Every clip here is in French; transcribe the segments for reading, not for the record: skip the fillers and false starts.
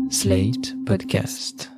Slate Podcast.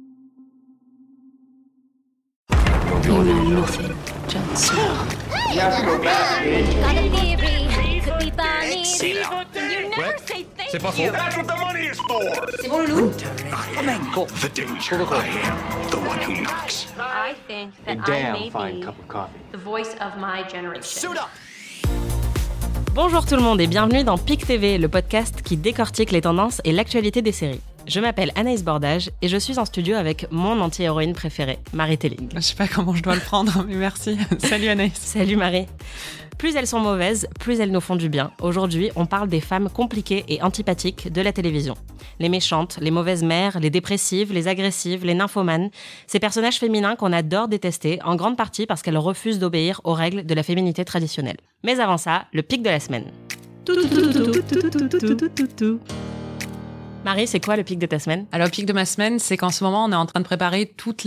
You know nothing, Jon Snow. Got a theory. Could be Barney. C'est là. You never say thank C'est pas faux. you. That's what the money is for. C'est bon, Loulou? The danger. I am the one who knocks. I think that I may be the voice of my generation. Suit up. Bonjour tout le monde et bienvenue dans PIC TV, le podcast qui décortique les tendances et l'actualité des séries. Je m'appelle Anaïs Bordage et je suis en studio avec mon anti-héroïne préférée, Marie Telling. Je sais pas comment je dois le prendre, mais merci. Salut Anaïs. Salut Marie. Plus elles sont mauvaises, plus elles nous font du bien. Aujourd'hui, on parle des femmes compliquées et antipathiques de la télévision. Les méchantes, les mauvaises mères, les dépressives, les agressives, les nymphomanes. Ces personnages féminins qu'on adore détester, en grande partie parce qu'elles refusent d'obéir aux règles de la féminité traditionnelle. Mais avant ça, le pic de la semaine. Marie, c'est quoi le pic de ta semaine ? Alors, le pic de ma semaine, c'est qu'en ce moment, on est en train de préparer toutes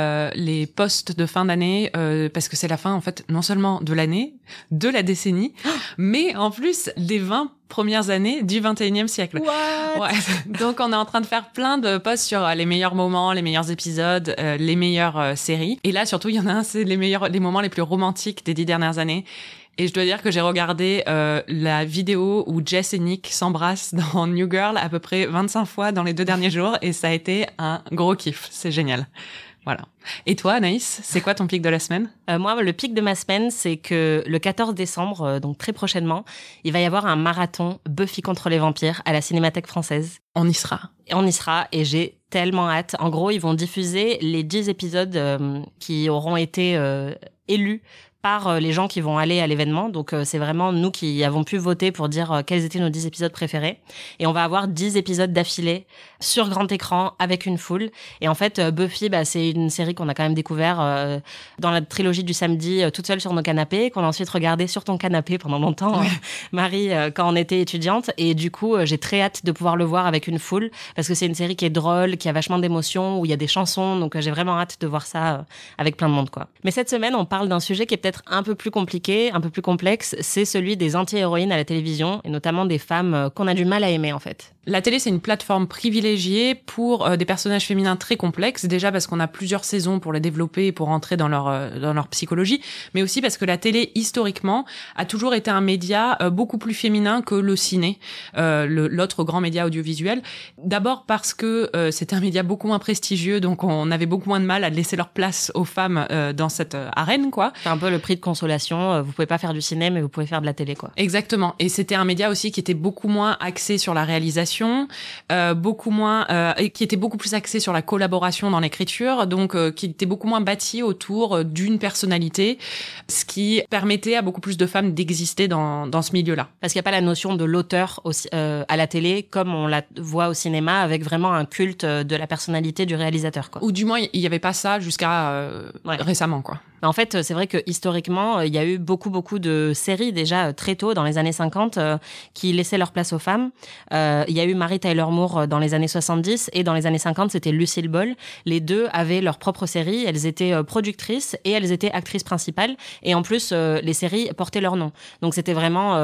les postes de fin d'année, parce que c'est la fin, en fait, non seulement de l'année, de la décennie, mais en plus des 20 premières années du 21e siècle. What ? Ouais. Donc, on est en train de faire plein de posts sur les meilleurs moments, les meilleurs épisodes, les meilleures séries. Et là, surtout, il y en a un, c'est les moments les plus romantiques des 10 dernières années. Et je dois dire que j'ai regardé la vidéo où Jess et Nick s'embrassent dans New Girl à peu près 25 fois dans les 2 derniers jours et ça a été un gros kiff. C'est génial. Voilà. Et toi, Anaïs, c'est quoi ton pic de la semaine ? Moi, le pic de ma semaine, c'est que le 14 décembre, donc très prochainement, il va y avoir un marathon Buffy contre les vampires à la Cinémathèque française. On y sera. Et on y sera et j'ai tellement hâte. En gros, ils vont diffuser les 10 épisodes qui auront été élus par les gens qui vont aller à l'événement. Donc, c'est vraiment nous qui avons pu voter pour dire quels étaient nos 10 épisodes préférés. Et on va avoir 10 épisodes d'affilée sur grand écran avec une foule. Et en fait, Buffy, c'est une série qu'on a quand même découvert dans la trilogie du samedi, toute seule sur nos canapés, qu'on a ensuite regardé sur ton canapé pendant longtemps, ouais. Marie, quand on était étudiante. Et du coup, j'ai très hâte de pouvoir le voir avec une foule parce que c'est une série qui est drôle, qui a vachement d'émotions, où il y a des chansons. Donc, j'ai vraiment hâte de voir ça avec plein de monde, quoi. Mais cette semaine, on parle d'un sujet qui est peut-être un peu plus compliqué, un peu plus complexe, c'est celui des anti-héroïnes à la télévision, et notamment des femmes qu'on a du mal à aimer, en fait. La télé, c'est une plateforme privilégiée pour des personnages féminins très complexes, déjà parce qu'on a plusieurs saisons pour les développer et pour entrer dans leur psychologie, mais aussi parce que la télé, historiquement, a toujours été un média beaucoup plus féminin que le ciné, l'autre grand média audiovisuel. D'abord parce que c'était un média beaucoup moins prestigieux, donc on avait beaucoup moins de mal à laisser leur place aux femmes dans cette arène, quoi. C'est un peu le prix de consolation, vous pouvez pas faire du ciné, mais vous pouvez faire de la télé, quoi. Exactement. Et c'était un média aussi qui était beaucoup moins axé sur la réalisation, beaucoup moins, et qui était beaucoup plus axé sur la collaboration dans l'écriture, donc qui était beaucoup moins bâti autour d'une personnalité, ce qui permettait à beaucoup plus de femmes d'exister dans ce milieu-là. Parce qu'il n'y a pas la notion de l'auteur aussi, à la télé, comme on la voit au cinéma, avec vraiment un culte de la personnalité du réalisateur, quoi. Ou du moins, il y avait pas ça jusqu'à récemment, quoi. En fait, c'est vrai que historiquement, il y a eu beaucoup de séries déjà très tôt, dans les années 50, qui laissaient leur place aux femmes. Il y a eu Mary Tyler Moore dans les années 70 et dans les années 50, c'était Lucille Ball. Les deux avaient leur propre série. Elles étaient productrices et elles étaient actrices principales. Et en plus, les séries portaient leur nom. Donc, c'était vraiment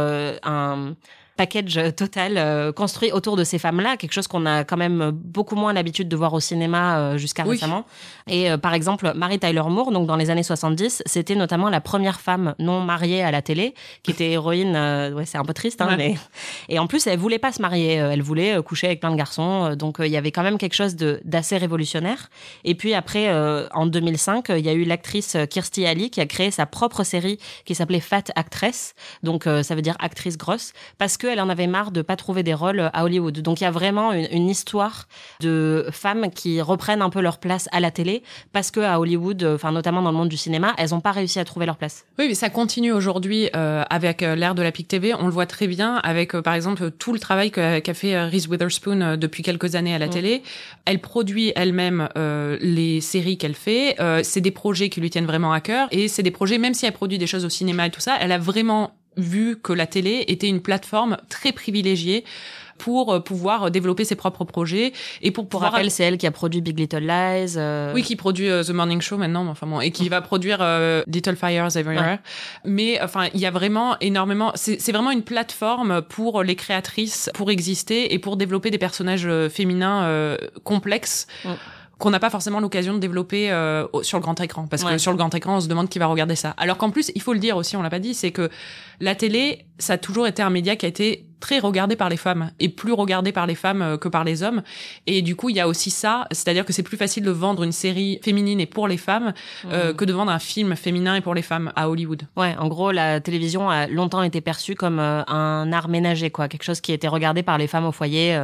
un package total construit autour de ces femmes-là, quelque chose qu'on a quand même beaucoup moins l'habitude de voir au cinéma jusqu'à récemment. Et par exemple, Mary Tyler Moore, donc dans les années 70, c'était notamment la première femme non mariée à la télé, qui était héroïne, c'est un peu triste, hein, mais... Et en plus, elle voulait pas se marier, elle voulait coucher avec plein de garçons, donc il y avait quand même quelque chose d'assez révolutionnaire. Et puis après, en 2005, il y a eu l'actrice Kirstie Alley qui a créé sa propre série qui s'appelait Fat Actress, donc ça veut dire actrice grosse, parce que elle en avait marre de pas trouver des rôles à Hollywood. Donc il y a vraiment une histoire de femmes qui reprennent un peu leur place à la télé parce que à Hollywood, enfin notamment dans le monde du cinéma, elles ont pas réussi à trouver leur place. Oui, mais ça continue aujourd'hui avec l'ère de la PIC TV. On le voit très bien avec par exemple tout le travail qu'a fait Reese Witherspoon depuis quelques années à la télé. Elle produit elle-même les séries qu'elle fait. C'est des projets qui lui tiennent vraiment à cœur et c'est des projets, même si elle produit des choses au cinéma et tout ça, elle a vraiment vu que la télé était une plateforme très privilégiée pour pouvoir développer ses propres projets et pour pouvoir... Pour rappel, c'est elle qui a produit Big Little Lies. Oui, qui produit The Morning Show maintenant, enfin bon, et qui va produire Little Fires Everywhere. Ouais. Mais enfin, il y a vraiment énormément... C'est vraiment une plateforme pour les créatrices pour exister et pour développer des personnages féminins complexes. Qu'on n'a pas forcément l'occasion de développer sur le grand écran. Parce que sur le grand écran, on se demande qui va regarder ça. Alors qu'en plus, il faut le dire aussi, on l'a pas dit, c'est que la télé, ça a toujours été un média qui a été très regardé par les femmes et plus regardé par les femmes que par les hommes. Et du coup, il y a aussi ça, c'est-à-dire que c'est plus facile de vendre une série féminine et pour les femmes que de vendre un film féminin et pour les femmes à Hollywood. Ouais, en gros, la télévision a longtemps été perçue comme un art ménager, quoi, quelque chose qui était regardé par les femmes au foyer,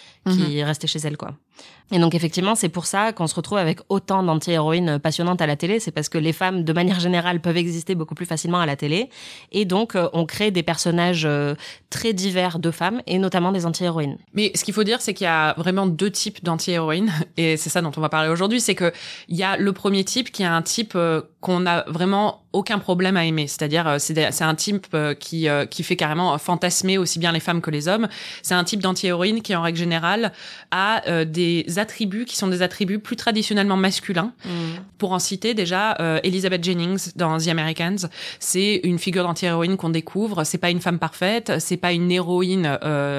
qui restaient chez elles, quoi. Et donc effectivement, c'est pour ça qu'on se retrouve avec autant d'anti-héroïnes passionnantes à la télé, c'est parce que les femmes, de manière générale, peuvent exister beaucoup plus facilement à la télé, et donc on crée des personnages très divers de femmes, et notamment des anti-héroïnes. Mais ce qu'il faut dire, c'est qu'il y a vraiment 2 types d'anti-héroïnes, et c'est ça dont on va parler aujourd'hui, c'est que il y a le premier type qui est un type qu'on a vraiment aucun problème à aimer, c'est-à-dire c'est un type qui fait carrément fantasmer aussi bien les femmes que les hommes. C'est un type d'anti-héroïne qui en règle générale a des attributs qui sont des attributs plus traditionnellement masculins. Pour en citer déjà Elizabeth Jennings dans The Americans, c'est une figure d'anti-héroïne qu'on découvre, c'est pas une femme parfaite, c'est pas une héroïne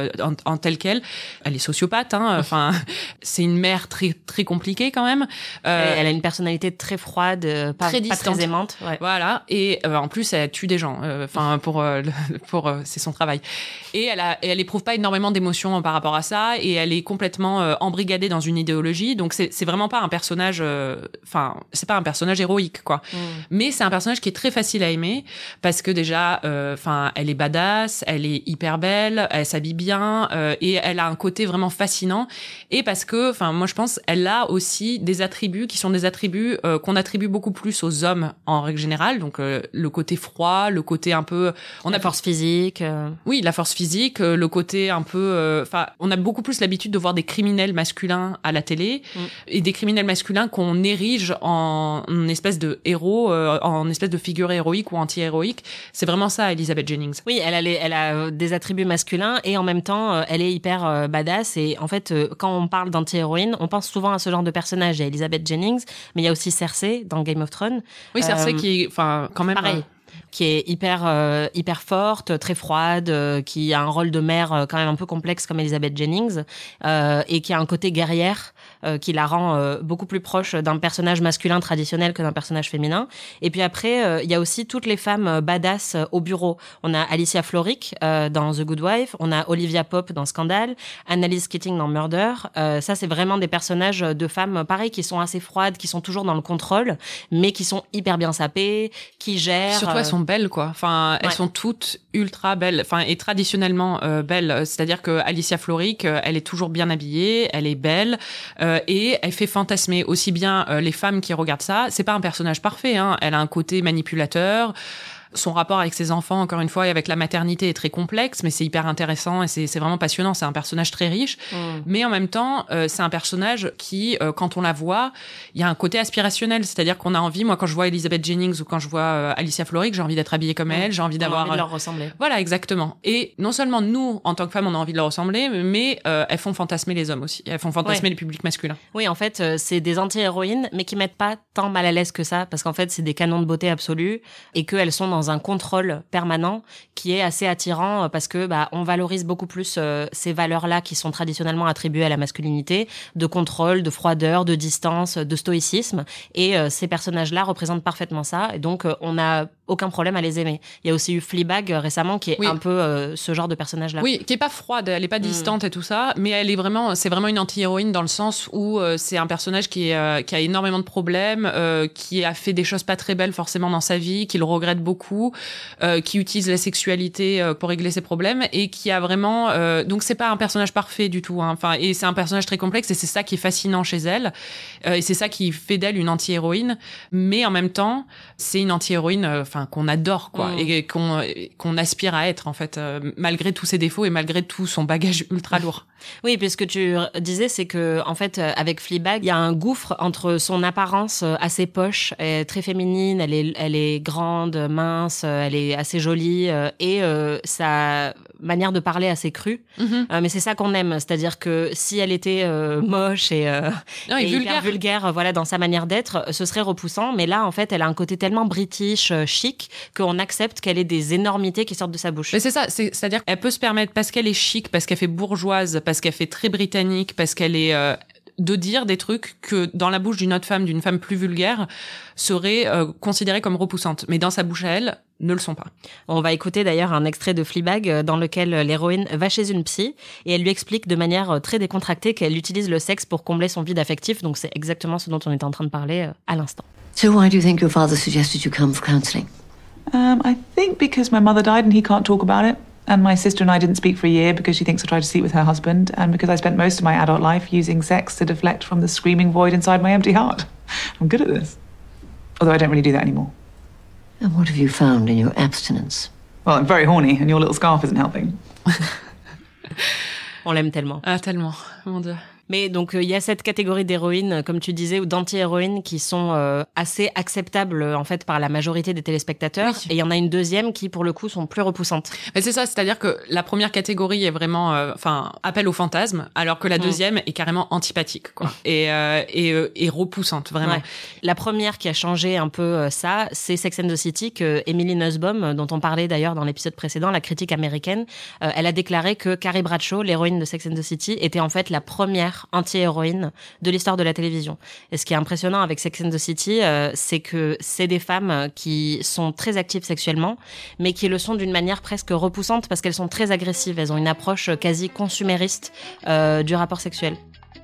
en telle quelle, elle est sociopathe, enfin c'est une mère très très compliquée quand même. Elle a une personnalité très froide, pas très aimante. Ouais. Voilà, et en plus elle tue des gens, enfin pour c'est son travail. Et elle éprouve pas énormément d'émotions par rapport à ça, et elle est complètement embrigadée dans une idéologie, donc c'est vraiment pas un personnage, c'est pas un personnage héroïque, quoi. Mais c'est un personnage qui est très facile à aimer parce que déjà, elle est badass, elle est hyper belle, elle s'habille bien, et elle a un côté vraiment fascinant. Et parce que, moi je pense, elle a aussi des attributs qui sont des attributs qu'on attribue beaucoup plus aux hommes en règle générale. Donc le côté froid, le côté un peu, la force physique. Oui, la force physique, le côté un peu, on a beaucoup plus l'habitude de voir des criminels masculins à la télé et des criminels masculins qu'on érige en une espèce de héros, en espèce de figure héroïque ou anti-héroïque. C'est vraiment ça, Elizabeth Jennings. Oui, elle a des attributs masculins et en même temps, elle est hyper badass. Et en fait, quand on parle d'anti-héroïne, on pense souvent à ce genre de personnage. Il y a Elizabeth Jennings, mais il y a aussi Cersei dans Game of Thrones. Oui, Cersei qui est, quand même... Pareil. Qui est hyper forte, très froide, qui a un rôle de mère quand même un peu complexe comme Elizabeth Jennings, et qui a un côté guerrière qui la rend beaucoup plus proche d'un personnage masculin traditionnel que d'un personnage féminin. Et puis après, il y a aussi toutes les femmes badass au bureau. On a Alicia Florrick dans The Good Wife, on a Olivia Pope dans Scandal, Annalise Keating dans Murder. Ça, c'est vraiment des personnages de femmes, pareil, qui sont assez froides, qui sont toujours dans le contrôle, mais qui sont hyper bien sapées, qui gèrent... Surtout, elles sont belles, quoi. Elles sont toutes ultra belles, et traditionnellement belles. C'est-à-dire que Alicia Florrick, elle est toujours bien habillée, elle est belle, et elle fait fantasmer aussi bien les femmes qui regardent ça. C'est pas un personnage parfait, elle a un côté manipulateur. Son rapport avec ses enfants, encore une fois, et avec la maternité est très complexe, mais c'est hyper intéressant et c'est vraiment passionnant. C'est un personnage très riche, mais en même temps, c'est un personnage qui, quand on la voit, il y a un côté aspirationnel, c'est-à-dire qu'on a envie, moi, quand je vois Elizabeth Jennings ou quand je vois Alicia Florrick, j'ai envie d'être habillée comme elle, j'ai envie d'avoir... envie de leur ressembler. Voilà, exactement. Et non seulement nous, en tant que femmes, on a envie de leur ressembler, mais elles font fantasmer les hommes aussi. Elles font fantasmer les publics masculins. Oui, en fait, c'est des anti-héroïnes, mais qui mettent pas tant mal à l'aise que ça, parce qu'en fait, c'est des canons de beauté absolus et qu'elles sont dans un contrôle permanent qui est assez attirant parce que on valorise beaucoup plus ces valeurs-là qui sont traditionnellement attribuées à la masculinité, de contrôle, de froideur, de distance, de stoïcisme, et ces personnages-là représentent parfaitement ça, et donc on n'a aucun problème à les aimer. Il y a aussi eu Fleabag récemment qui est un peu ce genre de personnage-là. Oui, qui est pas froide, elle est pas distante et tout ça, mais elle est c'est vraiment une anti-héroïne dans le sens où c'est un personnage qui a énormément de problèmes, qui a fait des choses pas très belles forcément dans sa vie, qui le regrette beaucoup, qui utilise la sexualité pour régler ses problèmes, et qui a vraiment donc c'est pas un personnage parfait du tout, et c'est un personnage très complexe, et c'est ça qui est fascinant chez elle, et c'est ça qui fait d'elle une anti-héroïne, mais en même temps c'est une anti-héroïne qu'on adore, quoi, et qu'on aspire à être, en fait, malgré tous ses défauts et malgré tout son bagage ultra lourd. Oui, puis ce que tu disais, c'est que, en fait, avec Fleabag, il y a un gouffre entre son apparence assez poche, très féminine, elle est grande, mince, elle est assez jolie, et sa manière de parler assez crue. Mais c'est ça qu'on aime, c'est-à-dire que si elle était moche et hyper vulgaire, voilà, dans sa manière d'être, ce serait repoussant. Mais là, en fait, elle a un côté tellement british, chic, qu'on accepte qu'elle ait des énormités qui sortent de sa bouche. Mais c'est ça, c'est-à-dire qu'elle peut se permettre, parce qu'elle est chic, parce qu'elle fait bourgeoise, parce qu'elle fait très britannique, parce qu'elle est de dire des trucs que dans la bouche d'une autre femme, d'une femme plus vulgaire, seraient considérées comme repoussantes. Mais dans sa bouche à elle, ne le sont pas. On va écouter d'ailleurs un extrait de Fleabag dans lequel l'héroïne va chez une psy et elle lui explique de manière très décontractée qu'elle utilise le sexe pour combler son vide affectif. Donc c'est exactement ce dont on était en train de parler à l'instant. So why do you think your father suggested you come for counselling? I think because my mother died and he can't talk about it. And my sister and I didn't speak for a year because she thinks I tried to sleep with her husband, and because I spent most of my adult life using sex to deflect from the screaming void inside my empty heart. I'm good at this. Although I don't really do that anymore. And what have you found in your abstinence? Well, I'm very horny, and your little scarf isn't helping. On l'aime tellement. Ah, tellement, mon Dieu. Mais donc il y a cette catégorie d'héroïnes, comme tu disais, ou d'anti-héroïnes qui sont assez acceptables en fait par la majorité des téléspectateurs. Oui. Et il y en a une deuxième qui pour le coup sont plus repoussantes. Mais c'est ça, c'est-à-dire que la première catégorie est vraiment, appel au fantasme, alors que la deuxième est carrément antipathique, quoi, et repoussante vraiment. Ouais. La première qui a changé un peu ça, c'est Sex and the City que Emily Nussbaum, dont on parlait d'ailleurs dans l'épisode précédent, la critique américaine, elle a déclaré que Carrie Bradshaw, l'héroïne de Sex and the City, était en fait la première anti-héroïne de l'histoire de la télévision. Et ce qui est impressionnant avec Sex and the City, c'est que c'est des femmes qui sont très actives sexuellement, mais qui le sont d'une manière presque repoussante parce qu'elles sont très agressives. Elles ont une approche quasi consumériste du rapport sexuel.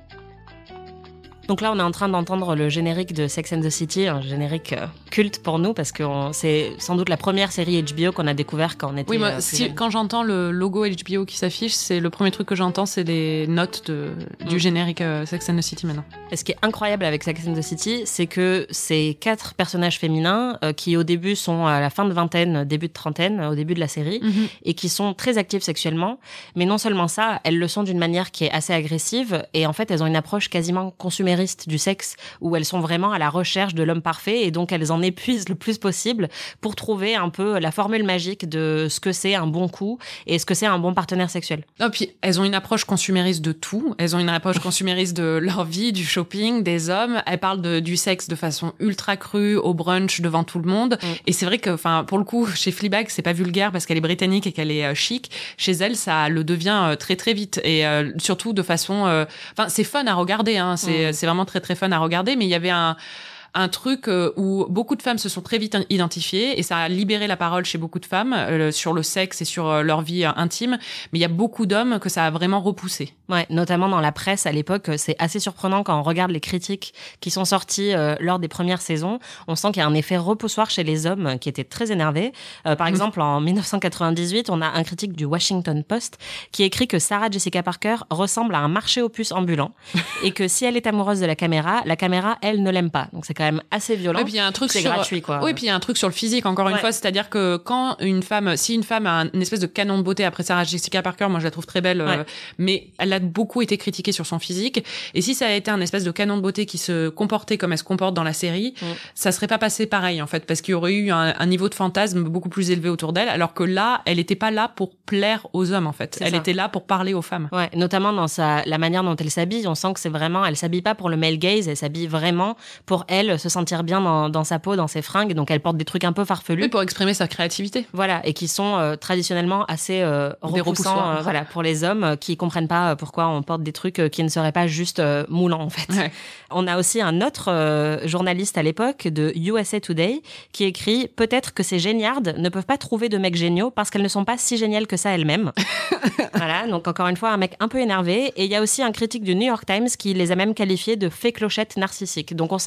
Donc là, on est en train d'entendre le générique de Sex and the City, un générique culte pour nous, parce que c'est sans doute la première série HBO qu'on a découvert quand on était... Oui, moi, quand j'entends le logo HBO qui s'affiche, c'est le premier truc que j'entends, c'est les notes du générique Sex and the City maintenant. Et ce qui est incroyable avec Sex and the City, c'est que ces 4 personnages féminins qui au début sont à la fin de vingtaine, début de trentaine, au début de la série, et qui sont très actives sexuellement, mais non seulement ça, elles le sont d'une manière qui est assez agressive, et en fait, elles ont une approche quasiment consumériste du sexe, où elles sont vraiment à la recherche de l'homme parfait, et donc elles en épuisent le plus possible pour trouver un peu la formule magique de ce que c'est un bon coup et ce que c'est un bon partenaire sexuel. Non, puis elles ont une approche consumériste de tout. Elles ont une approche consumériste de leur vie, du shopping, des hommes. Elles parlent du sexe de façon ultra crue, au brunch, devant tout le monde. Et c'est vrai que, pour le coup, chez Fleabag, c'est pas vulgaire parce qu'elle est britannique et qu'elle est chic. Chez elle, ça le devient très très vite, et surtout de façon... c'est fun à regarder, hein. C'est vraiment très très fun à regarder, mais il y avait un truc où beaucoup de femmes se sont très vite identifiées, et ça a libéré la parole chez beaucoup de femmes sur le sexe et sur leur vie intime, mais il y a beaucoup d'hommes que ça a vraiment repoussé. Ouais, notamment dans la presse à l'époque, c'est assez surprenant quand on regarde les critiques qui sont sorties lors des premières saisons. On sent qu'il y a un effet repoussoir chez les hommes qui étaient très énervés. Par exemple, en 1998, on a un critique du Washington Post qui écrit que Sarah Jessica Parker ressemble à un marché aux puces ambulant et que si elle est amoureuse de la caméra, elle ne l'aime pas. Donc c'est quand même assez violent. Et puis il y a un truc c'est gratuit, quoi. Oui, puis il y a un truc sur le physique, encore une fois, c'est-à-dire que quand si une femme a une espèce de canon de beauté, après Sarah Jessica Parker, moi je la trouve très belle, mais elle a beaucoup été critiquée sur son physique, et si ça a été un espèce de canon de beauté qui se comportait comme elle se comporte dans la série, ça serait pas passé pareil, en fait, parce qu'il y aurait eu un niveau de fantasme beaucoup plus élevé autour d'elle, alors que là, elle était pas là pour plaire aux hommes, en fait. Elle était là pour parler aux femmes. Ouais, notamment dans la manière dont elle s'habille, on sent que c'est vraiment, elle s'habille pas pour le male gaze, elle s'habille vraiment pour elle se sentir bien dans sa peau, dans ses fringues, donc elle porte des trucs un peu farfelus. Oui, pour exprimer sa créativité. Voilà, et qui sont traditionnellement assez repoussants pour les hommes qui comprennent pas pourquoi on porte des trucs qui ne seraient pas juste moulants, en fait. Ouais. On a aussi un autre journaliste à l'époque de USA Today qui écrit « Peut-être que ces géniardes ne peuvent pas trouver de mecs géniaux parce qu'elles ne sont pas si géniales que ça elles-mêmes. » Voilà, donc encore une fois, un mec un peu énervé. Et il y a aussi un critique du New York Times qui les a même qualifiées de fées clochettes narcissiques. Donc on sent quand même beaucoup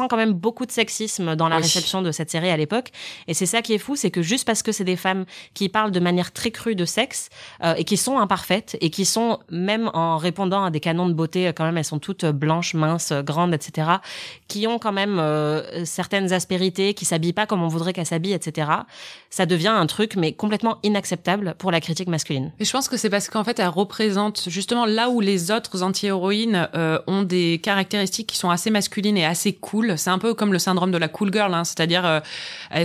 beaucoup de sexisme dans la réception de cette série à l'époque. Et c'est ça qui est fou, c'est que juste parce que c'est des femmes qui parlent de manière très crue de sexe et qui sont imparfaites et qui sont, même en répondant à des canons de beauté, quand même, elles sont toutes blanches, minces, grandes, etc., qui ont quand même certaines aspérités, qui s'habillent pas comme on voudrait qu'elles s'habillent, etc., ça devient un truc, mais complètement inacceptable pour la critique masculine. Et je pense que c'est parce qu'en fait, elle représente justement là où les autres anti-héroïnes ont des caractéristiques qui sont assez masculines et assez cool. C'est un peu comme le syndrome de la cool girl, hein, c'est-à-dire elles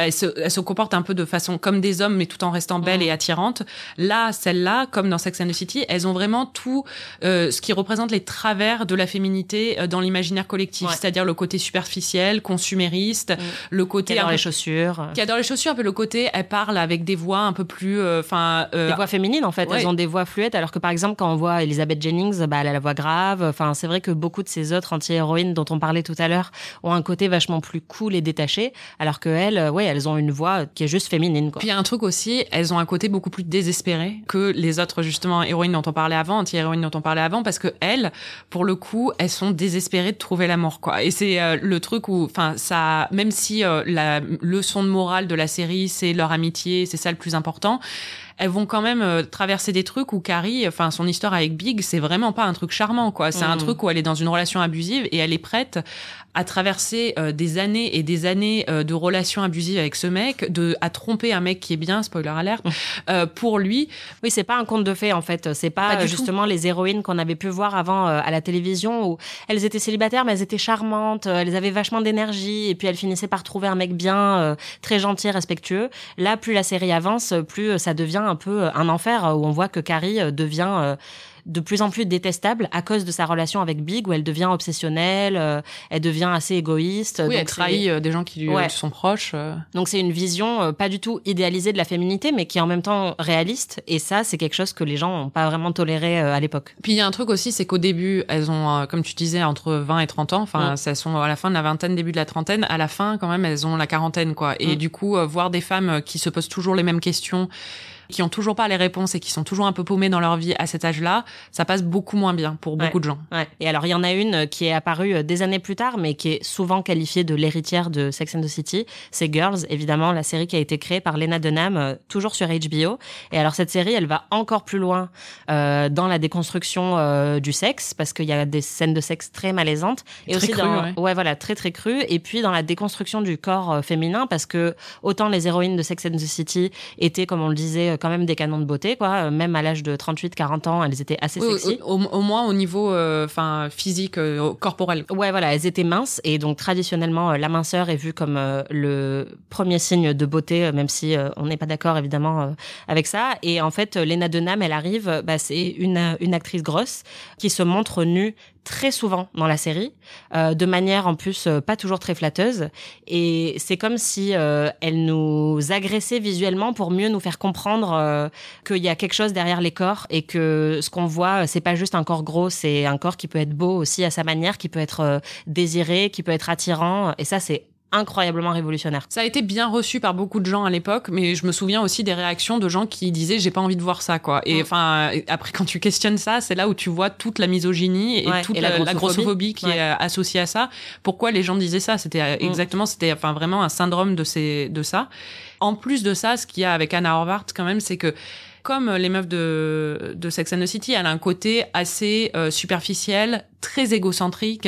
se comportent un peu de façon comme des hommes, mais tout en restant belles et attirantes. Là, celles-là, comme dans Sex and the City, elles ont vraiment tout ce qui représente les travers de la féminité dans l'imaginaire collectif, c'est-à-dire le côté superficiel, consumériste, le côté qui adore les chaussures, un peu le côté, elles parlent avec des voix un peu plus, des voix féminines en fait. Elles ont des voix fluettes, alors que par exemple quand on voit Elizabeth Jennings, elle a la voix grave. Enfin, c'est vrai que beaucoup de ces autres anti-héroïnes dont on parlait tout à l'heure ont un côté vachement plus cool et détaché, alors que elles ont une voix qui est juste féminine, quoi. Puis il y a un truc aussi, elles ont un côté beaucoup plus désespéré que les autres justement héroïnes dont on parlait avant, anti-héroïnes dont on parlait avant, parce que elles, pour le coup, elles sont désespérées de trouver l'amour, quoi. Et c'est le truc où, enfin, ça, même si la leçon de morale de la série, c'est leur amitié, c'est ça le plus important, elles vont quand même traverser des trucs où Carrie, enfin, son histoire avec Big, c'est vraiment pas un truc charmant, quoi. C'est un truc où elle est dans une relation abusive et elle est prête à traverser des années et des années de relations abusives avec ce mec, à tromper un mec qui est bien, spoiler alert, pour lui. Oui, c'est pas un conte de fées, en fait. C'est pas justement les héroïnes qu'on avait pu voir avant à la télévision, où elles étaient célibataires, mais elles étaient charmantes, elles avaient vachement d'énergie, et puis elles finissaient par trouver un mec bien, très gentil, respectueux. Là, plus la série avance, plus ça devient un peu un enfer, où on voit que Carrie devient de plus en plus détestable à cause de sa relation avec Big, où elle devient obsessionnelle, elle devient assez égoïste. Oui, donc elle trahit des gens qui lui sont proches. Donc c'est une vision pas du tout idéalisée de la féminité, mais qui est en même temps réaliste. Et ça, c'est quelque chose que les gens n'ont pas vraiment toléré à l'époque. Puis il y a un truc aussi, c'est qu'au début, elles ont, comme tu disais, entre 20 et 30 ans. Enfin, elles sont à la fin de la vingtaine, début de la trentaine. À la fin, quand même, elles ont la quarantaine, quoi. Et du coup, voir des femmes qui se posent toujours les mêmes questions, qui ont toujours pas les réponses et qui sont toujours un peu paumées dans leur vie à cet âge-là, ça passe beaucoup moins bien pour beaucoup de gens. Ouais. Et alors, il y en a une qui est apparue des années plus tard, mais qui est souvent qualifiée de l'héritière de Sex and the City. C'est Girls, évidemment, la série qui a été créée par Lena Dunham, toujours sur HBO. Et alors, cette série, elle va encore plus loin dans la déconstruction du sexe, parce qu'il y a des scènes de sexe très malaisantes. Et très aussi cru, très, très crues. Et puis, dans la déconstruction du corps féminin, parce que autant les héroïnes de Sex and the City étaient, comme on le disait, quand même des canons de beauté, quoi. Même à l'âge de 38-40 ans, elles étaient assez sexy. Au moins au niveau physique, corporel. Ouais, voilà, elles étaient minces, et donc traditionnellement la minceur est vue comme le premier signe de beauté, même si on n'est pas d'accord évidemment avec ça. Et en fait, Lena Dunham, elle arrive, c'est une actrice grosse qui se montre nue très souvent dans la série, de manière en plus pas toujours très flatteuse, et c'est comme si elle nous agressait visuellement pour mieux nous faire comprendre qu'il y a quelque chose derrière les corps, et que ce qu'on voit, c'est pas juste un corps gros, c'est un corps qui peut être beau aussi à sa manière, qui peut être désiré, qui peut être attirant, et ça c'est incroyablement révolutionnaire. Ça a été bien reçu par beaucoup de gens à l'époque, mais je me souviens aussi des réactions de gens qui disaient j'ai pas envie de voir ça, quoi. Et enfin, après quand tu questionnes ça, c'est là où tu vois toute la misogynie et toute la grossophobie qui est associée à ça. Pourquoi les gens disaient ça? C'était exactement, c'était enfin vraiment un syndrome de ça. En plus de ça, ce qu'il y a avec Anna Horvath quand même, c'est que comme les meufs de Sex and the City, elle a un côté assez superficiel, très égocentrique.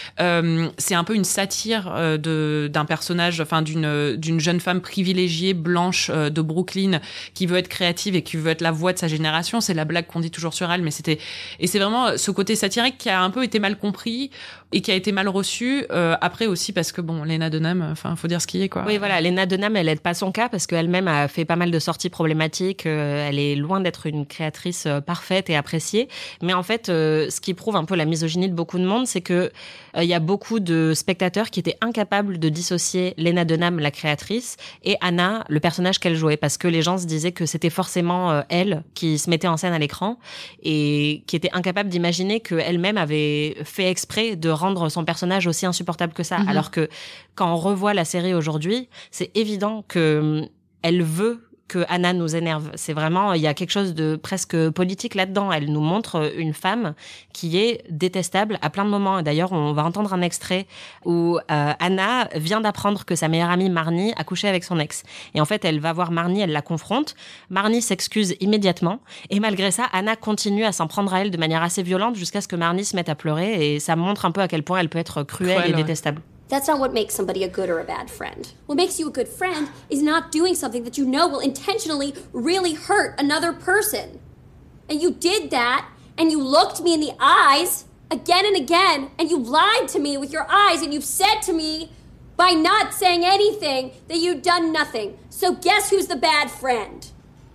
C'est un peu une satire d'un personnage, enfin d'une jeune femme privilégiée blanche de Brooklyn qui veut être créative et qui veut être la voix de sa génération. C'est la blague qu'on dit toujours sur elle, mais c'est vraiment ce côté satirique qui a un peu été mal compris et qui a été mal reçu. Après aussi parce que bon, Lena Dunham, enfin faut dire ce qui est, quoi. Oui, voilà, Lena Dunham, elle aide pas son cas parce qu'elle-même a fait pas mal de sorties problématiques. Elle est loin d'être une créatrice parfaite et appréciée, mais en fait, ce qui prouve un peu la misogynie de beaucoup de monde, c'est que il y a beaucoup de spectateurs qui étaient incapables de dissocier Lena Dunham, la créatrice, et Anna, le personnage qu'elle jouait, parce que les gens se disaient que c'était forcément elle qui se mettait en scène à l'écran et qui était incapable d'imaginer qu'elle-même avait fait exprès de rendre son personnage aussi insupportable que ça. Alors que quand on revoit la série aujourd'hui, c'est évident que elle veut que Anna nous énerve. C'est vraiment, il y a quelque chose de presque politique là-dedans. Elle nous montre une femme qui est détestable à plein de moments. Et d'ailleurs, on va entendre un extrait où Anna vient d'apprendre que sa meilleure amie Marnie a couché avec son ex. Et en fait, elle va voir Marnie, elle la confronte. Marnie s'excuse immédiatement. Et malgré ça, Anna continue à s'en prendre à elle de manière assez violente jusqu'à ce que Marnie se mette à pleurer. Et ça montre un peu à quel point elle peut être cruelle et détestable. That's not what makes somebody a good or a bad friend. What makes you a good friend is not doing something that you know will intentionally really hurt another person. And you did that, and you looked me in the eyes again and again, and you lied to me with your eyes, and you've said to me, by not saying anything, that you've done nothing. So guess who's the bad friend?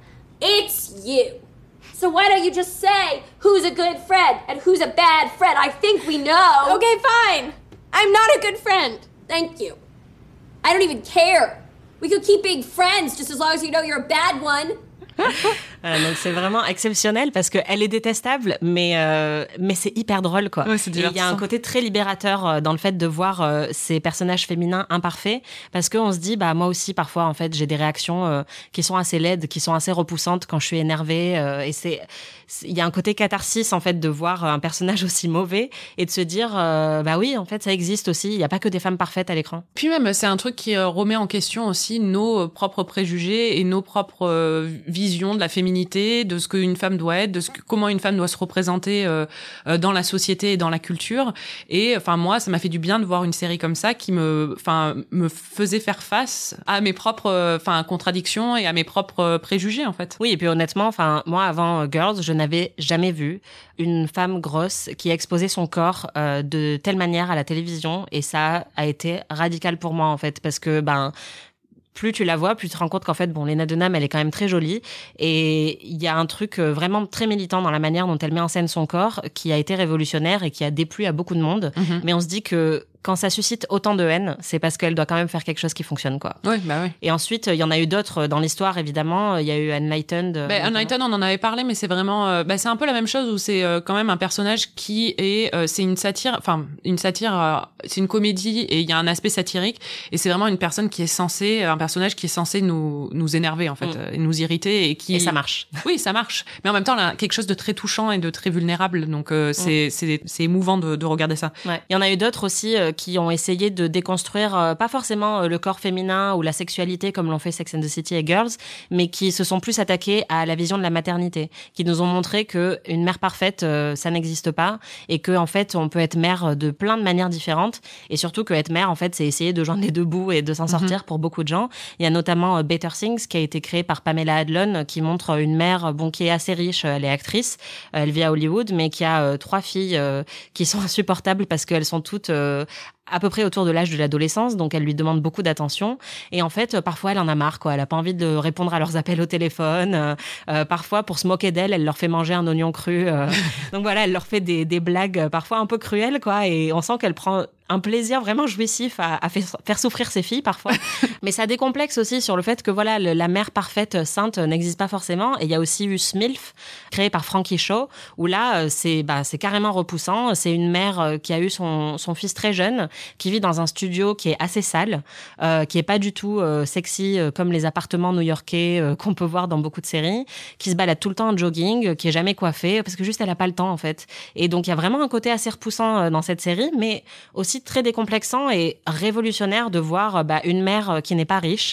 It's you. So why don't you just say who's a good friend and who's a bad friend? I think we know. Okay, fine. I'm not a good friend. Thank you. I don't even care. We could keep being friends just as long as you know you're a bad one. Donc c'est vraiment exceptionnel parce que elle est détestable, mais c'est hyper drôle quoi. Ouais, c'est divertissant. Et il y a un côté très libérateur dans le fait de voir ces personnages féminins imparfaits, parce qu'on se dit bah moi aussi parfois en fait j'ai des réactions qui sont assez laides, qui sont assez repoussantes quand je suis énervée, et il y a un côté catharsis en fait de voir un personnage aussi mauvais et de se dire bah oui en fait ça existe aussi, il y a pas que des femmes parfaites à l'écran. Puis même c'est un truc qui remet en question aussi nos propres préjugés et nos propres visions de la féminité, de ce qu'une femme doit être, comment une femme doit se représenter dans la société et dans la culture. Et enfin moi, ça m'a fait du bien de voir une série comme ça qui me faisait faire face à mes propres contradictions et à mes propres préjugés en fait. Oui, et puis honnêtement, moi avant Girls, je n'avais jamais vu une femme grosse qui exposait son corps de telle manière à la télévision, et ça a été radical pour moi en fait, parce que plus tu la vois, plus tu te rends compte qu'en fait, Lena Dunham, elle est quand même très jolie. Et il y a un truc vraiment très militant dans la manière dont elle met en scène son corps, qui a été révolutionnaire et qui a déplu à beaucoup de monde. Mm-hmm. Mais on se dit que quand ça suscite autant de haine, c'est parce qu'elle doit quand même faire quelque chose qui fonctionne, quoi. Oui, bah oui. Et ensuite, il y en a eu d'autres dans l'histoire, évidemment. Il y a eu Unlighted. Unlighted, on en avait parlé, mais c'est vraiment, c'est un peu la même chose où c'est quand même un personnage qui est, c'est une satire, c'est une comédie et il y a un aspect satirique, et c'est vraiment une personne qui est censée, un personnage qui est censé nous énerver en fait, et nous irriter, et ça marche. Oui, ça marche. Mais en même temps, là, quelque chose de très touchant et de très vulnérable. Donc c'est émouvant de regarder ça. Ouais. Il y en a eu d'autres aussi qui ont essayé de déconstruire pas forcément le corps féminin ou la sexualité comme l'ont fait Sex and the City et Girls, mais qui se sont plus attaqués à la vision de la maternité, qui nous ont montré que une mère parfaite ça n'existe pas, et que en fait on peut être mère de plein de manières différentes, et surtout que être mère en fait c'est essayer de joindre les deux bouts et de s'en sortir pour beaucoup de gens. Il y a notamment Better Things qui a été créé par Pamela Adlon, qui montre une mère qui est assez riche, elle est actrice, elle vit à Hollywood, mais qui a 3 filles qui sont insupportables parce qu'elles sont toutes à peu près autour de l'âge de l'adolescence, donc elle lui demande beaucoup d'attention, et en fait parfois elle en a marre quoi, elle a pas envie de répondre à leurs appels au téléphone, parfois pour se moquer d'elle, elle leur fait manger un oignon cru, donc voilà, elle leur fait des blagues parfois un peu cruelles quoi, et on sent qu'elle prend un plaisir vraiment jouissif à faire souffrir ses filles parfois. Mais ça décomplexe aussi sur le fait que voilà, la mère parfaite sainte n'existe pas forcément. Et il y a aussi eu Smilf, créé par Frankie Shaw, où là c'est carrément repoussant. C'est une mère qui a eu son fils très jeune, qui vit dans un studio qui est assez sale, qui est pas du tout sexy comme les appartements new-yorkais qu'on peut voir dans beaucoup de séries, qui se balade tout le temps en jogging, qui est jamais coiffée parce que juste elle a pas le temps en fait. Et donc il y a vraiment un côté assez repoussant dans cette série, mais aussi très décomplexant et révolutionnaire de voir une mère qui n'est pas riche,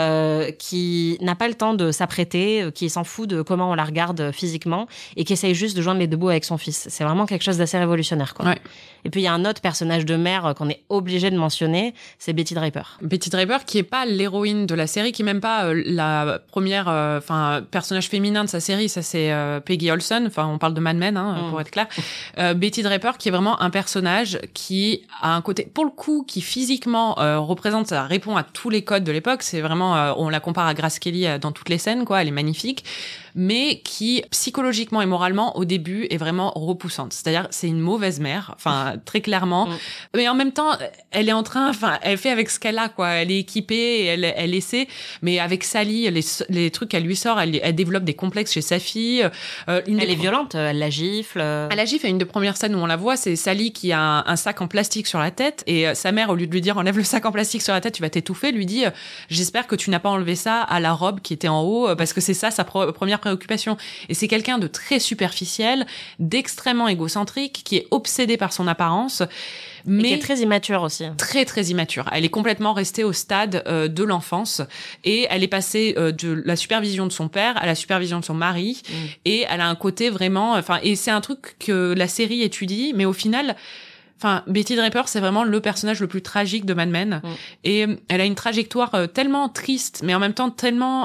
qui n'a pas le temps de s'apprêter, qui s'en fout de comment on la regarde physiquement, et qui essaye juste de joindre les deux bouts avec son fils. C'est vraiment quelque chose d'assez révolutionnaire quoi. Ouais. Et puis il y a un autre personnage de mère qu'on est obligé de mentionner, c'est Betty Draper. Betty Draper, qui est pas l'héroïne de la série, qui est même pas la première personnage féminin de sa série, ça c'est Peggy Olson, on parle de Mad Men pour être clair. Betty Draper, qui est vraiment un personnage qui a un côté, pour le coup, qui physiquement ça répond à tous les codes de l'époque. C'est vraiment, on la compare à Grace Kelly dans toutes les scènes quoi, elle est magnifique. mais qui psychologiquement et moralement au début est vraiment repoussante. C'est-à-dire c'est une mauvaise mère, enfin très clairement, mais en même temps elle est en train, enfin elle fait avec ce qu'elle a quoi, elle est équipée et elle essaie, mais avec Sally les trucs qu'elle lui sort, elle développe des complexes chez sa fille. Elle est violente, elle la gifle. Elle la gifle, et une des premières scènes où on la voit, c'est Sally qui a un sac en plastique sur la tête, et sa mère, au lieu de lui dire enlève le sac en plastique sur la tête, tu vas t'étouffer, lui dit j'espère que tu n'as pas enlevé ça à la robe qui était en haut, parce que c'est ça sa première préoccupation. Et c'est quelqu'un de très superficiel, d'extrêmement égocentrique, qui est obsédé par son apparence, mais qui est très immature aussi. Très très immature. Elle est complètement restée au stade de l'enfance, et elle est passée de la supervision de son père à la supervision de son mari, et elle a un côté vraiment, enfin, et c'est un truc que la série étudie, mais au final, enfin, Betty Draper, c'est vraiment le personnage le plus tragique de Mad Men. Et elle a une trajectoire tellement triste, mais en même temps tellement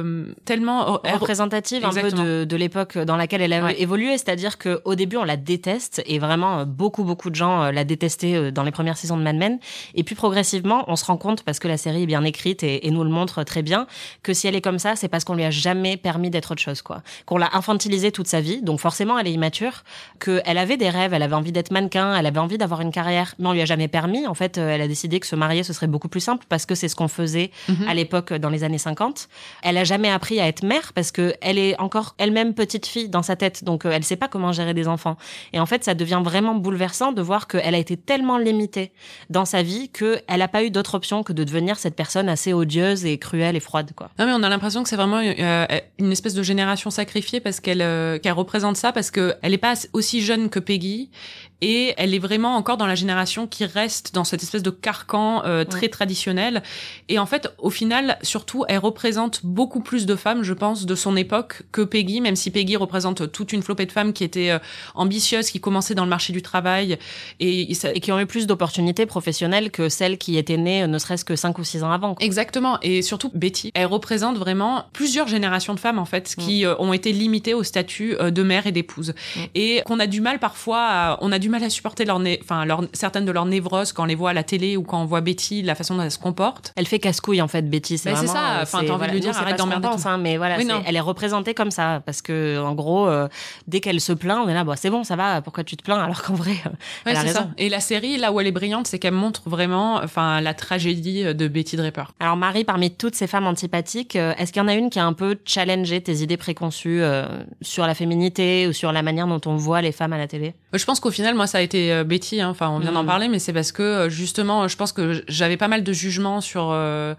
représentative un peu de l'époque dans laquelle elle a évolué. C'est-à-dire que au début, on la déteste, et vraiment beaucoup de gens la détestaient dans les premières saisons de Mad Men. Et puis progressivement, on se rend compte, parce que la série est bien écrite et nous le montre très bien, que si elle est comme ça, c'est parce qu'on lui a jamais permis d'être autre chose, quoi. Qu'on l'a infantilisée toute sa vie, donc forcément elle est immature. Qu'elle avait des rêves, elle avait envie d'être mannequin, elle avait envie d'avoir une carrière, mais on lui a jamais permis. En fait, elle a décidé que se marier, ce serait beaucoup plus simple, parce que c'est ce qu'on faisait à l'époque dans les années 50. Elle a jamais appris à être mère, parce que elle est encore elle-même petite fille dans sa tête, donc elle sait pas comment gérer des enfants. Et en fait, ça devient vraiment bouleversant de voir qu'elle a été tellement limitée dans sa vie qu'elle a pas eu d'autre option que de devenir cette personne assez odieuse et cruelle et froide, quoi. Non, mais on a l'impression que c'est vraiment une espèce de génération sacrifiée, parce qu'elle représente ça, parce que elle est pas aussi jeune que Peggy, et elle est vraiment encore dans la génération qui reste dans cette espèce de carcan très traditionnel. Et en fait, au final, surtout, elle représente beaucoup plus de femmes, je pense, de son époque que Peggy, même si Peggy représente toute une flopée de femmes qui étaient ambitieuses, qui commençaient dans le marché du travail et qui ont eu plus d'opportunités professionnelles que celles qui étaient nées ne serait-ce que 5 ou 6 ans avant, quoi. Exactement. Et surtout, Betty, elle représente vraiment plusieurs générations de femmes, en fait, qui ont été limitées au statut de mère et d'épouse. Et qu'on a du mal parfois on a du mal à supporter certaines de leurs névroses quand on les voit à la télé, ou quand on voit Betty, la façon dont elle se comporte. Elle fait casse-couille, en fait, Betty. C'est vraiment, ça. Enfin, t'as envie de lui dire, arrête d'emmerder tout. Mais voilà, elle est représentée comme ça, parce que, en gros, dès qu'elle se plaint, on est là, bon, c'est bon, ça va, pourquoi tu te plains, alors qu'en vrai, elle a raison. Ça. Et la série, là où elle est brillante, c'est qu'elle montre vraiment, enfin, la tragédie de Betty Draper. Alors, Marie, parmi toutes ces femmes antipathiques, est-ce qu'il y en a une qui a un peu challengé tes idées préconçues sur la féminité ou sur la manière dont on voit les femmes à la télé? Je pense qu'au final, moi, ça a été Betty, hein. Enfin, on vient d'en parler, mais c'est parce que, justement, je pense que j'avais pas mal de jugements sur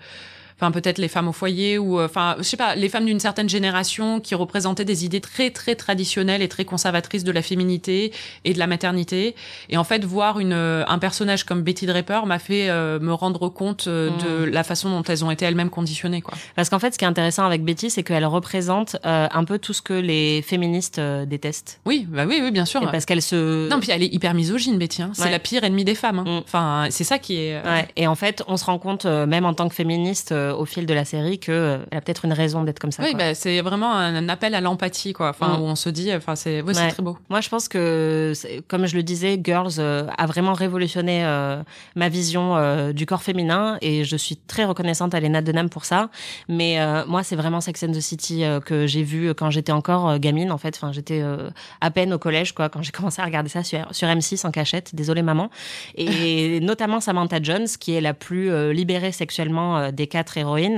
enfin peut-être les femmes au foyer, ou enfin je sais pas, les femmes d'une certaine génération qui représentaient des idées très très traditionnelles et très conservatrices de la féminité et de la maternité. Et en fait, voir un personnage comme Betty Draper m'a fait me rendre compte de la façon dont elles ont été elles-mêmes conditionnées, quoi. Parce qu'en fait, ce qui est intéressant avec Betty, c'est qu'elle représente un peu tout ce que les féministes détestent. Oui, bah oui, bien sûr. Et parce qu'elle se... Non, puis elle est hyper misogyne, Betty, hein. C'est la pire ennemie des femmes, hein. Enfin, c'est ça qui est... Ouais. Et en fait, on se rend compte, même en tant que féministe, au fil de la série, que elle a peut-être une raison d'être comme ça. Oui, bah, c'est vraiment un appel à l'empathie, quoi. Enfin, où on se dit, enfin, c'est très beau. Moi, je pense que, comme je le disais, Girls a vraiment révolutionné ma vision du corps féminin, et je suis très reconnaissante à Lena Dunham pour ça. Mais moi, c'est vraiment Sex and the City que j'ai vu quand j'étais encore gamine, en fait. Enfin, j'étais à peine au collège, quoi, quand j'ai commencé à regarder ça sur M6 en cachette. Désolée, maman. Et notamment Samantha Jones, qui est la plus libérée sexuellement des 4 héroïnes.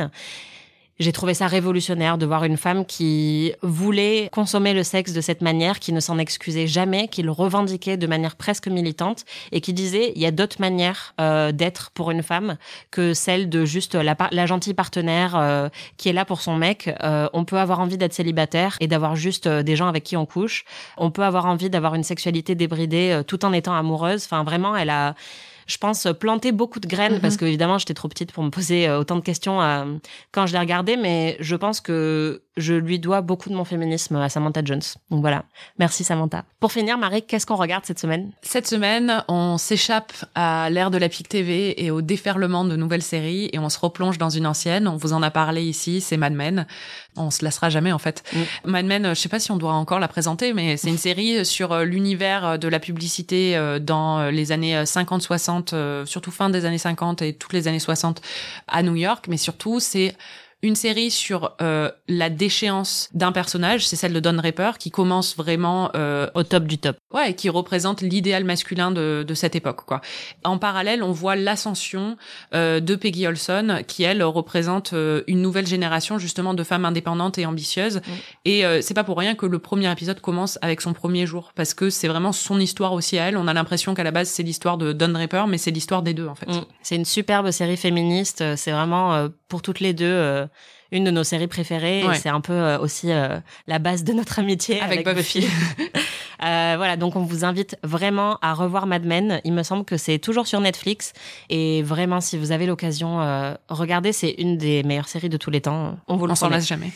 J'ai trouvé ça révolutionnaire de voir une femme qui voulait consommer le sexe de cette manière, qui ne s'en excusait jamais, qui le revendiquait de manière presque militante, et qui disait il y a d'autres manières d'être pour une femme que celle de juste la gentille partenaire qui est là pour son mec. On peut avoir envie d'être célibataire et d'avoir juste des gens avec qui on couche. On peut avoir envie d'avoir une sexualité débridée tout en étant amoureuse. Enfin, vraiment, elle a... je pense, planter beaucoup de graines, parce que évidemment j'étais trop petite pour me poser autant de questions quand je l'ai regardée, mais je pense que je lui dois beaucoup de mon féminisme à Samantha Jones. Donc voilà, merci Samantha. Pour finir, Marie, qu'est-ce qu'on regarde cette semaine ? Cette semaine, on s'échappe à l'ère de la PIC TV et au déferlement de nouvelles séries, et on se replonge dans une ancienne. On vous en a parlé ici, c'est Mad Men. On se lassera jamais, en fait. Mad Men, je sais pas si on doit encore la présenter, mais c'est une série sur l'univers de la publicité dans les années 50-60, surtout fin des années 50 et toutes les années 60 à New York. Mais surtout, c'est une série sur la déchéance d'un personnage, c'est celle de Don Draper, qui commence vraiment au top du top. Ouais, et qui représente l'idéal masculin de cette époque, quoi. En parallèle, on voit l'ascension de Peggy Olson, qui elle représente une nouvelle génération justement de femmes indépendantes et ambitieuses. Et c'est pas pour rien que le premier épisode commence avec son premier jour, parce que c'est vraiment son histoire aussi à elle. On a l'impression qu'à la base c'est l'histoire de Don Draper, mais c'est l'histoire des deux en fait. C'est une superbe série féministe. C'est vraiment pour toutes les deux une de nos séries préférées. Ouais. Et c'est un peu aussi la base de notre amitié avec Buffy. Voilà, donc on vous invite vraiment à revoir Mad Men. Il me semble que c'est toujours sur Netflix. Et vraiment, si vous avez l'occasion, regardez, c'est une des meilleures séries de tous les temps. On vous le s'en lasse jamais.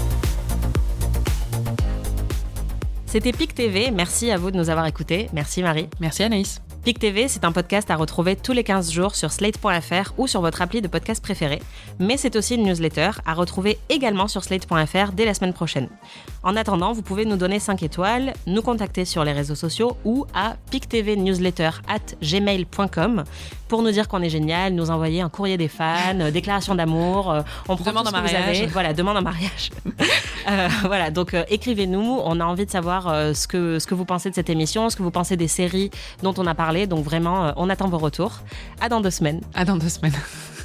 C'était PIC TV. Merci à vous de nous avoir écoutés. Merci Marie. Merci Anaïs. PIC TV, c'est un podcast à retrouver tous les 15 jours sur slate.fr ou sur votre appli de podcast préféré. Mais c'est aussi une newsletter à retrouver également sur slate.fr dès la semaine prochaine. En attendant, vous pouvez nous donner 5 étoiles, nous contacter sur les réseaux sociaux ou à pictvnewsletter@gmail.com pour nous dire qu'on est génial, nous envoyer un courrier des fans, déclaration d'amour, on prend demande tout ce en que vous mariage. avez. Voilà, demande en mariage. Voilà, donc écrivez-nous, on a envie de savoir ce que vous pensez de cette émission, ce que vous pensez des séries dont on a parlé, donc vraiment, on attend vos retours. À dans 2 semaines. À dans 2 semaines.